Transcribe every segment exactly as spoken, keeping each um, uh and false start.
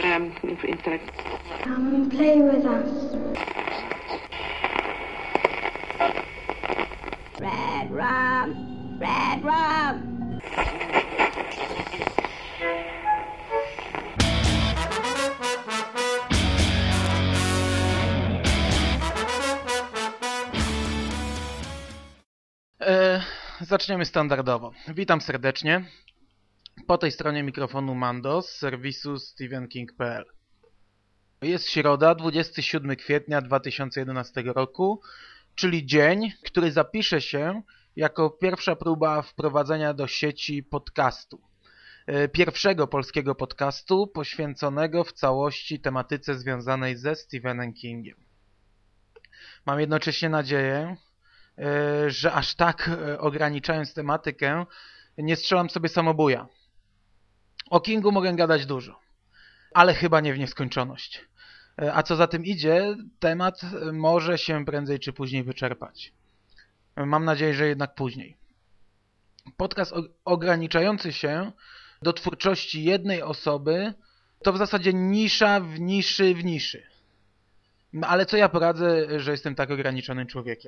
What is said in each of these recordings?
um, intellect. Come and play with us. Red rum, red rum. E, zaczniemy standardowo. Witam serdecznie. Po tej stronie mikrofonu Mando z serwisu Stephen King kropka p l. Jest środa, dwudziestego siódmego kwietnia dwa tysiące jedenastego roku, czyli dzień, który zapisze się jako pierwsza próba wprowadzenia do sieci podcastu. E, pierwszego polskiego podcastu poświęconego w całości tematyce związanej ze Stephenem Kingiem. Mam jednocześnie nadzieję, że aż tak ograniczając tematykę nie strzelam sobie samobuja. O Kingu mogę gadać dużo, ale chyba nie w nieskończoność. A co za tym idzie, temat może się prędzej czy później wyczerpać. Mam nadzieję, że jednak później. Podcast ograniczający się do twórczości jednej osoby to w zasadzie nisza w niszy w niszy. Ale co ja poradzę, że jestem tak ograniczonym człowiekiem.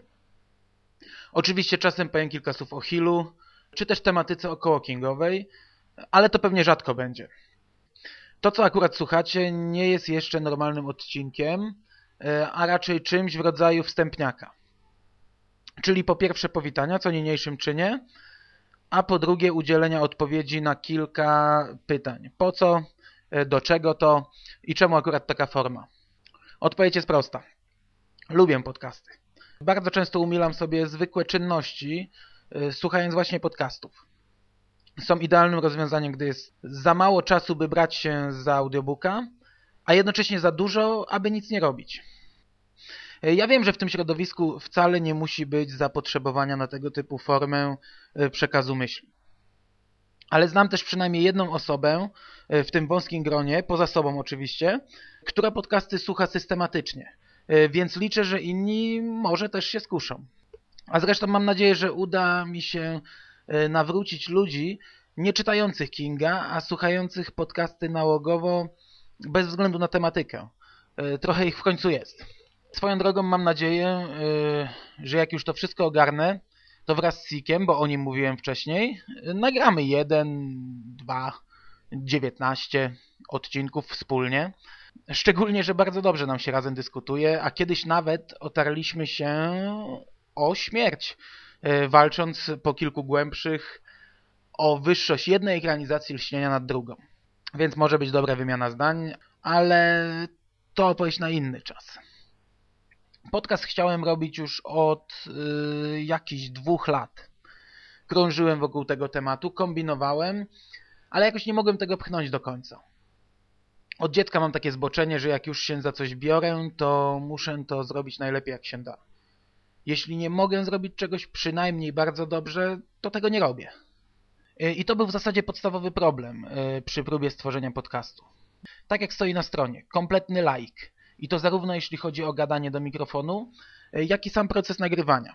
Oczywiście czasem powiem kilka słów o Hillu, czy też tematyce około kingowej, ale to pewnie rzadko będzie. To, co akurat słuchacie, nie jest jeszcze normalnym odcinkiem, a raczej czymś w rodzaju wstępniaka. Czyli po pierwsze powitania, co niniejszym czynię, a po drugie udzielenia odpowiedzi na kilka pytań. Po co, do czego to i czemu akurat taka forma? Odpowiedź jest prosta. Lubię podcasty. Bardzo często umilam sobie zwykłe czynności, yy, słuchając właśnie podcastów. Są idealnym rozwiązaniem, gdy jest za mało czasu, by brać się za audiobooka, a jednocześnie za dużo, aby nic nie robić. Yy, ja wiem, że w tym środowisku wcale nie musi być zapotrzebowania na tego typu formę yy, przekazu myśli. Ale znam też przynajmniej jedną osobę yy, w tym wąskim gronie, poza sobą oczywiście, która podcasty słucha systematycznie. Więc liczę, że inni może też się skuszą. A zresztą mam nadzieję, że uda mi się nawrócić ludzi nie czytających Kinga, a słuchających podcasty nałogowo bez względu na tematykę. Trochę ich w końcu jest. Swoją drogą mam nadzieję, że jak już to wszystko ogarnę, to wraz z Sikiem, bo o nim mówiłem wcześniej, nagramy jeden, dwa, dziewiętnaście odcinków wspólnie. Szczególnie, że bardzo dobrze nam się razem dyskutuje, a kiedyś nawet otarliśmy się o śmierć, walcząc po kilku głębszych o wyższość jednej ekranizacji Lśnienia nad drugą. Więc może być dobra wymiana zdań, ale to opowieść na inny czas. Podcast chciałem robić już od yy, jakichś dwóch lat. Krążyłem wokół tego tematu, kombinowałem, ale jakoś nie mogłem tego pchnąć do końca. Od dziecka mam takie zboczenie, że jak już się za coś biorę, to muszę to zrobić najlepiej jak się da. Jeśli nie mogę zrobić czegoś przynajmniej bardzo dobrze, to tego nie robię. I to był w zasadzie podstawowy problem przy próbie stworzenia podcastu. Tak jak stoi na stronie, kompletny laik. I to zarówno jeśli chodzi o gadanie do mikrofonu, jak i sam proces nagrywania.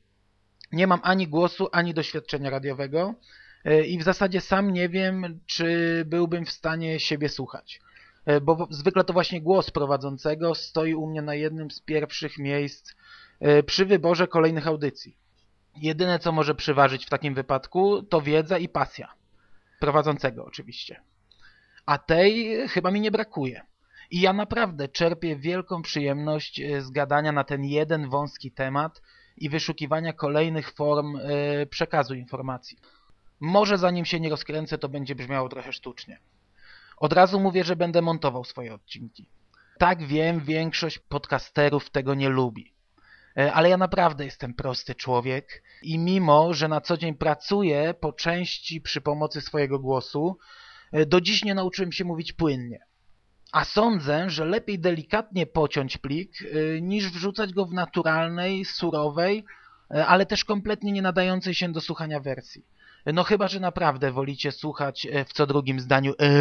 Nie mam ani głosu, ani doświadczenia radiowego i w zasadzie sam nie wiem, czy byłbym w stanie siebie słuchać. Bo zwykle to właśnie głos prowadzącego stoi u mnie na jednym z pierwszych miejsc przy wyborze kolejnych audycji. Jedyne, co może przeważyć w takim wypadku, to wiedza i pasja. Prowadzącego oczywiście. A tej chyba mi nie brakuje. I ja naprawdę czerpię wielką przyjemność z gadania na ten jeden wąski temat i wyszukiwania kolejnych form przekazu informacji. Może zanim się nie rozkręcę, to będzie brzmiało trochę sztucznie. Od razu mówię, że będę montował swoje odcinki. Tak wiem, większość podcasterów tego nie lubi. Ale ja naprawdę jestem prosty człowiek i mimo, że na co dzień pracuję po części przy pomocy swojego głosu, do dziś nie nauczyłem się mówić płynnie. A sądzę, że lepiej delikatnie pociąć plik, niż wrzucać go w naturalnej, surowej, ale też kompletnie nie nadającej się do słuchania wersji. No chyba, że naprawdę wolicie słuchać w co drugim zdaniu e,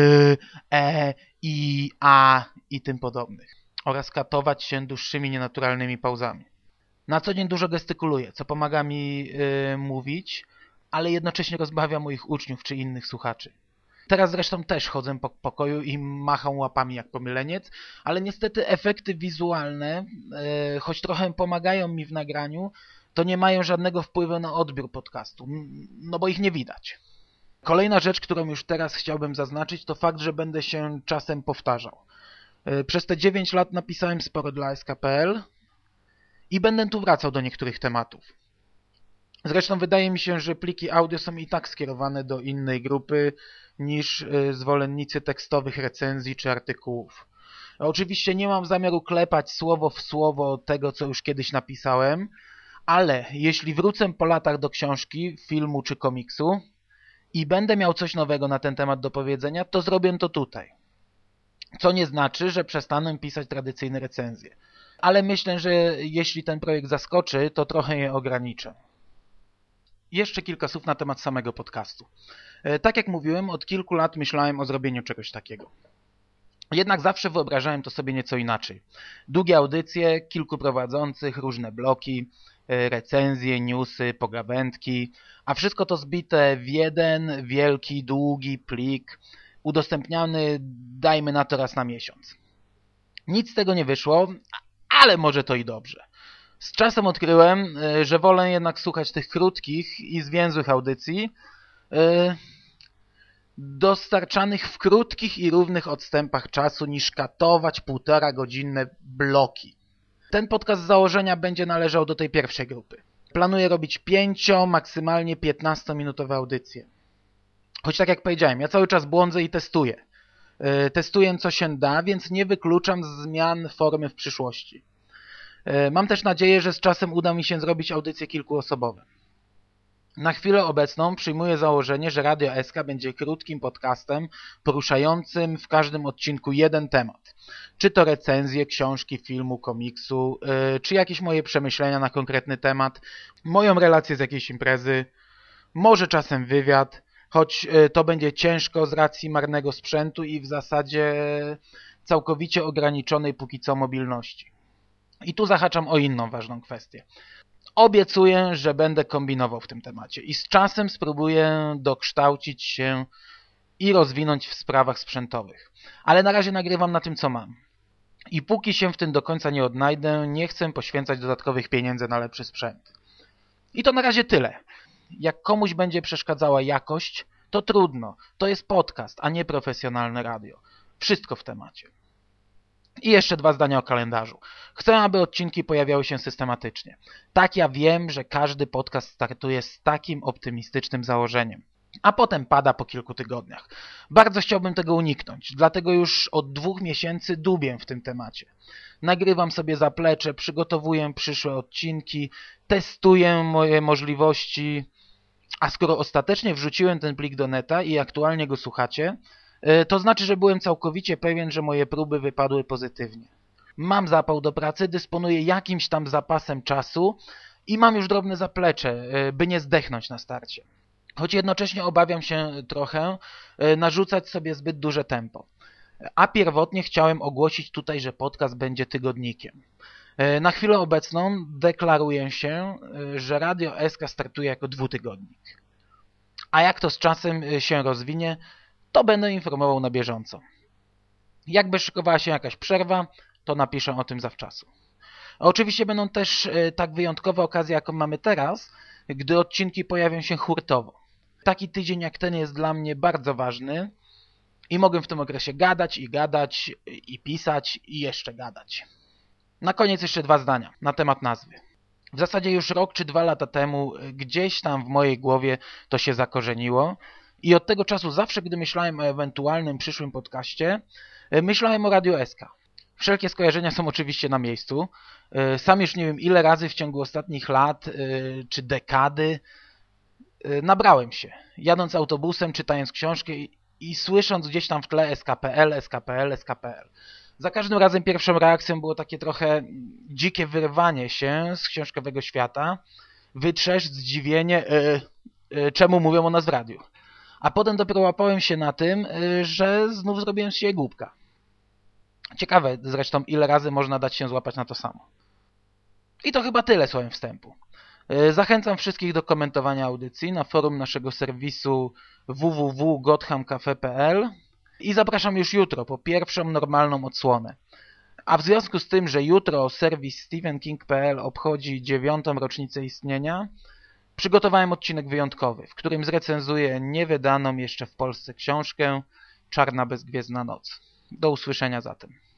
e, i, a i tym podobnych. Oraz katować się dłuższymi, nienaturalnymi pauzami. Na co dzień dużo gestykuluję, co pomaga mi yy, mówić, ale jednocześnie rozbawia moich uczniów czy innych słuchaczy. Teraz zresztą też chodzę po pokoju i macham łapami jak pomyleniec, ale niestety efekty wizualne, yy, choć trochę pomagają mi w nagraniu, to nie mają żadnego wpływu na odbiór podcastu, no bo ich nie widać. Kolejna rzecz, którą już teraz chciałbym zaznaczyć, to fakt, że będę się czasem powtarzał. Przez te dziewięć lat napisałem sporo dla S K P L i będę tu wracał do niektórych tematów. Zresztą wydaje mi się, że pliki audio są i tak skierowane do innej grupy niż zwolennicy tekstowych recenzji czy artykułów. Oczywiście nie mam zamiaru klepać słowo w słowo tego, co już kiedyś napisałem, ale jeśli wrócę po latach do książki, filmu czy komiksu i będę miał coś nowego na ten temat do powiedzenia, to zrobię to tutaj. Co nie znaczy, że przestanę pisać tradycyjne recenzje. Ale myślę, że jeśli ten projekt zaskoczy, to trochę je ograniczę. Jeszcze kilka słów na temat samego podcastu. Tak jak mówiłem, od kilku lat myślałem o zrobieniu czegoś takiego. Jednak zawsze wyobrażałem to sobie nieco inaczej. Długie audycje, kilku prowadzących, różne bloki, recenzje, newsy, pogawędki, a wszystko to zbite w jeden wielki, długi plik, udostępniany, dajmy na to, raz na miesiąc. Nic z tego nie wyszło, ale może to i dobrze. Z czasem odkryłem, że wolę jednak słuchać tych krótkich i zwięzłych audycji, dostarczanych w krótkich i równych odstępach czasu, niż katować półtora godzinne bloki. Ten podcast z założenia będzie należał do tej pierwszej grupy. Planuję robić pięcio, maksymalnie piętnastominutowe audycje. Choć tak jak powiedziałem, ja cały czas błądzę i testuję. Yy, testuję co się da, więc nie wykluczam zmian formy w przyszłości. Yy, mam też nadzieję, że z czasem uda mi się zrobić audycje kilkuosobowe. Na chwilę obecną przyjmuję założenie, że Radio S K będzie krótkim podcastem poruszającym w każdym odcinku jeden temat. Czy to recenzje, książki, filmu, komiksu, yy, czy jakieś moje przemyślenia na konkretny temat, moją relację z jakiejś imprezy, może czasem wywiad, choć yy, to będzie ciężko z racji marnego sprzętu i w zasadzie całkowicie ograniczonej póki co mobilności. I tu zahaczam o inną ważną kwestię. Obiecuję, że będę kombinował w tym temacie i z czasem spróbuję dokształcić się i rozwinąć w sprawach sprzętowych. Ale na razie nagrywam na tym, co mam. I póki się w tym do końca nie odnajdę, nie chcę poświęcać dodatkowych pieniędzy na lepszy sprzęt. I to na razie tyle. Jak komuś będzie przeszkadzała jakość, to trudno. To jest podcast, a nie profesjonalne radio. Wszystko w temacie. I jeszcze dwa zdania o kalendarzu. Chcę, aby odcinki pojawiały się systematycznie. Tak, ja wiem, że każdy podcast startuje z takim optymistycznym założeniem, a potem pada po kilku tygodniach. Bardzo chciałbym tego uniknąć, dlatego już od dwóch miesięcy dubię w tym temacie. Nagrywam sobie zaplecze, przygotowuję przyszłe odcinki, testuję moje możliwości, a skoro ostatecznie wrzuciłem ten plik do neta i aktualnie go słuchacie, to znaczy, że byłem całkowicie pewien, że moje próby wypadły pozytywnie. Mam zapał do pracy, dysponuję jakimś tam zapasem czasu i mam już drobne zaplecze, by nie zdechnąć na starcie. Choć jednocześnie obawiam się trochę narzucać sobie zbyt duże tempo. A pierwotnie chciałem ogłosić tutaj, że podcast będzie tygodnikiem. Na chwilę obecną deklaruję się, że Radio S K startuje jako dwutygodnik. A jak to z czasem się rozwinie, to będę informował na bieżąco. Jakby szykowała się jakaś przerwa, to napiszę o tym zawczasu. Oczywiście będą też tak wyjątkowe okazje, jaką mamy teraz, gdy odcinki pojawią się hurtowo. Taki tydzień jak ten jest dla mnie bardzo ważny i mogę w tym okresie gadać i gadać i pisać i jeszcze gadać. Na koniec jeszcze dwa zdania na temat nazwy. W zasadzie już rok czy dwa lata temu gdzieś tam w mojej głowie to się zakorzeniło i od tego czasu zawsze, gdy myślałem o ewentualnym przyszłym podcaście, myślałem o Radio S K. Wszelkie skojarzenia są oczywiście na miejscu. Sam już nie wiem ile razy w ciągu ostatnich lat czy dekady nabrałem się, jadąc autobusem, czytając książkę i, i słysząc gdzieś tam w tle S K P L, S K P L, S K P L. Za każdym razem pierwszą reakcją było takie trochę dzikie wyrwanie się z książkowego świata, wytrzeszcz, zdziwienie, yy, yy, czemu mówią o nas w radiu. A potem dopiero łapałem się na tym, yy, że znów zrobiłem z siebie głupka. Ciekawe zresztą, ile razy można dać się złapać na to samo. I to chyba tyle słowem wstępu. Zachęcam wszystkich do komentowania audycji na forum naszego serwisu w w w kropka gotham cafe kropka p l i zapraszam już jutro po pierwszą normalną odsłonę. A w związku z tym, że jutro serwis Stephen King kropka p l obchodzi dziewiątą rocznicę istnienia, przygotowałem odcinek wyjątkowy, w którym zrecenzuję niewydaną jeszcze w Polsce książkę Czarna bezgwiezdna noc. Do usłyszenia zatem.